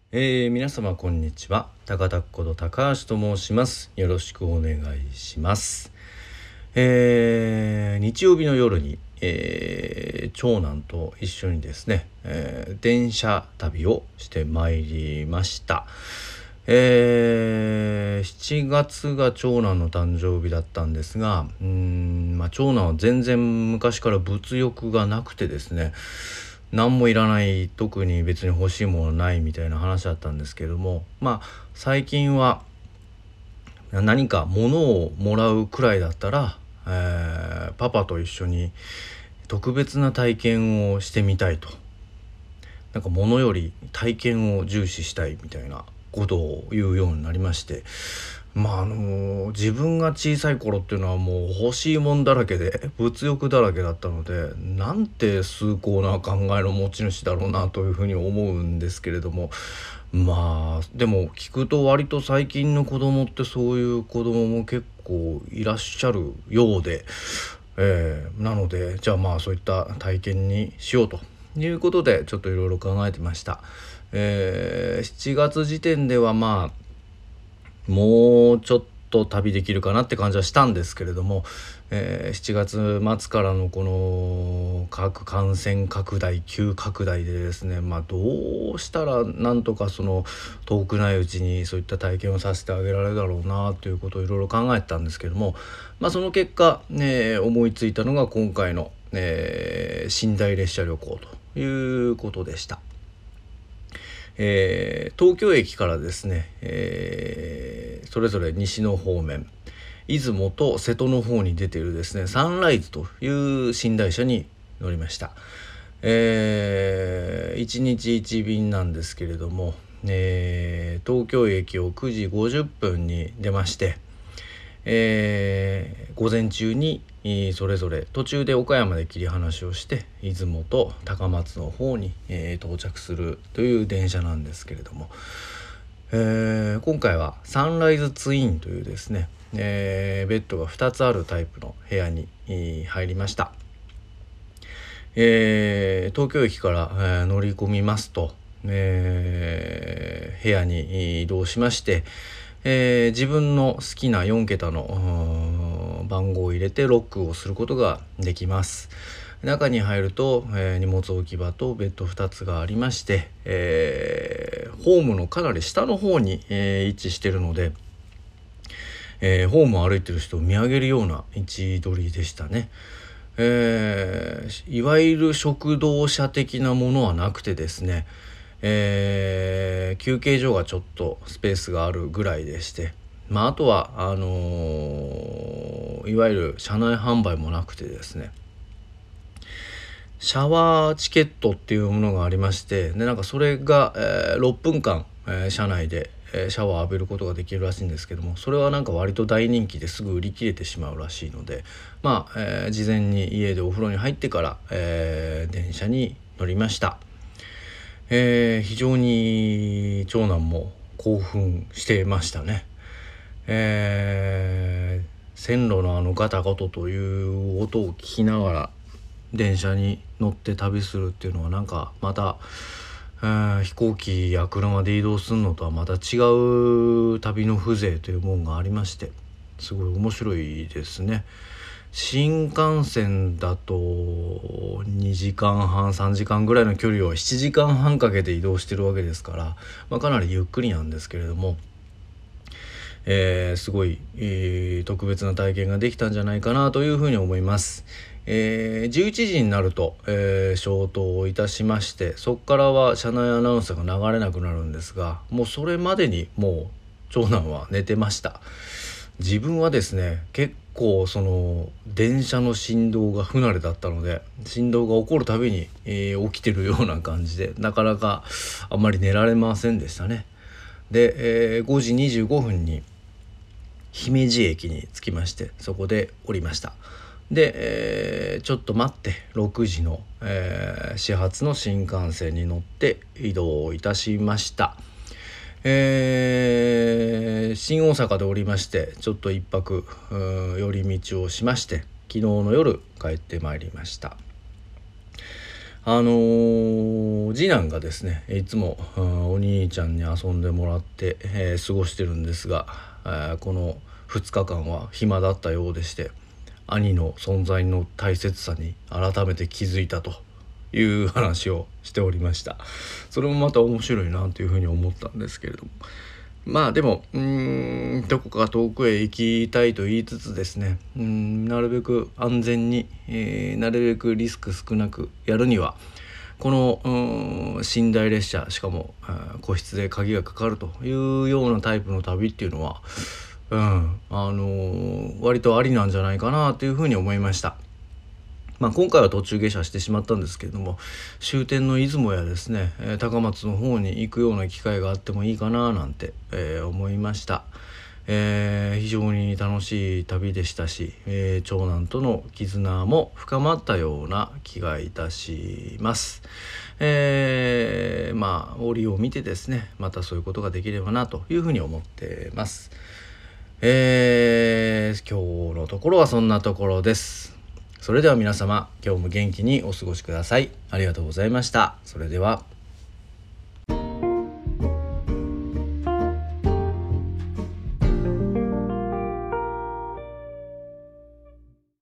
皆様こんにちは。高田こと高橋と申します。よろしくお願いします。日曜日の夜に、長男と一緒にですね、電車旅をしてまいりました。7月が長男の誕生日だったんですが、長男は全然昔から物欲がなくてですね、何もいらない、特に別に欲しいものないみたいな話だったんですけども、最近は何か物をもらうくらいだったら、パパと一緒に特別な体験をしてみたいと、なんか物より体験を重視したいみたいなことを言うようになりまして、自分が小さい頃っていうのはもう欲しいもんだらけで物欲だらけだったので、なんて崇高な考えの持ち主だろうなというふうに思うんですけれども、でも聞くと割と最近の子供ってそういう子供も結構いらっしゃるようで、なのでじゃあそういった体験にしようということでちょっといろいろ考えてました。7月時点ではもうちょっと旅できるかなって感じはしたんですけれども、7月末からのこの各感染拡大急拡大でですね、どうしたらなんとかその遠くないうちにそういった体験をさせてあげられるだろうなということをいろいろ考えてたんですけども、その結果、思いついたのが今回の、寝台列車旅行ということでした。東京駅からですね、それぞれ西の方面、出雲と瀬戸の方に出ているですねサンライズという寝台車に乗りました。1日1便なんですけれども、東京駅を9時50分に出まして、午前中にそれぞれ途中で岡山で切り離しをして出雲と高松の方に、到着するという電車なんですけれども、今回はサンライズツインというですね、ベッドが2つあるタイプの部屋に入りました。東京駅から、乗り込みますと、部屋に移動しまして、自分の好きな4桁の番号を入れてロックをすることができます。中に入ると、荷物置き場とベッド2つがありまして、ホームのかなり下の方に、位置しているので、ホームを歩いている人を見上げるような位置取りでしたね。いわゆる食堂車的なものはなくてですね、休憩所がちょっとスペースがあるぐらいでして、あとはいわゆる車内販売もなくてですね、シャワーチケットっていうものがありまして、でなんかそれが、6分間、車内で、シャワー浴びることができるらしいんですけども、それはなんか割と大人気ですぐ売り切れてしまうらしいので、事前に家でお風呂に入ってから、電車に乗りました。非常に長男も興奮してましたね。線路のガタガタという音を聞きながら電車に乗って旅するっていうのはなんかまた、飛行機や車で移動するのとはまた違う旅の風情というものがありまして、すごい面白いですね。新幹線だと2時間半3時間ぐらいの距離を7時間半かけて移動してるわけですから、かなりゆっくりなんですけれども、すごい、特別な体験ができたんじゃないかなというふうに思います。11時になると、消灯をいたしまして、そこからは車内アナウンスが流れなくなるんですが、もうそれまでにもう長男は寝てました。自分はですね結構その電車の振動が不慣れだったので、振動が起こるたびに、起きてるような感じでなかなかあんまり寝られませんでしたね。で、5時25分に姫路駅に着きまして、そこで降りました。で、ちょっと待って6時の、始発の新幹線に乗って移動いたしました。新大阪で降りまして、ちょっと一泊寄り道をしまして、昨日の夜帰ってまいりました。 次男がですねいつもお兄ちゃんに遊んでもらって、過ごしてるんですが、この2日間は暇だったようでして、兄の存在の大切さに改めて気づいたという話をしておりました。それもまた面白いなというふうに思ったんですけれども、まあでもどこか遠くへ行きたいと言いつつですね、なるべく安全に、なるべくリスク少なくやるには、この寝台列車、しかも個室で鍵がかかるというようなタイプの旅っていうのは、割とありなんじゃないかなというふうに思いました。今回は途中下車してしまったんですけれども、終点の出雲やですね、高松の方に行くような機会があってもいいかななんて、思いました。非常に楽しい旅でしたし、長男との絆も深まったような気がいたします。折を見てですね、またそういうことができればなというふうに思ってます。今日のところはそんなところです。それでは皆様、今日も元気にお過ごしください。ありがとうございました。それでは。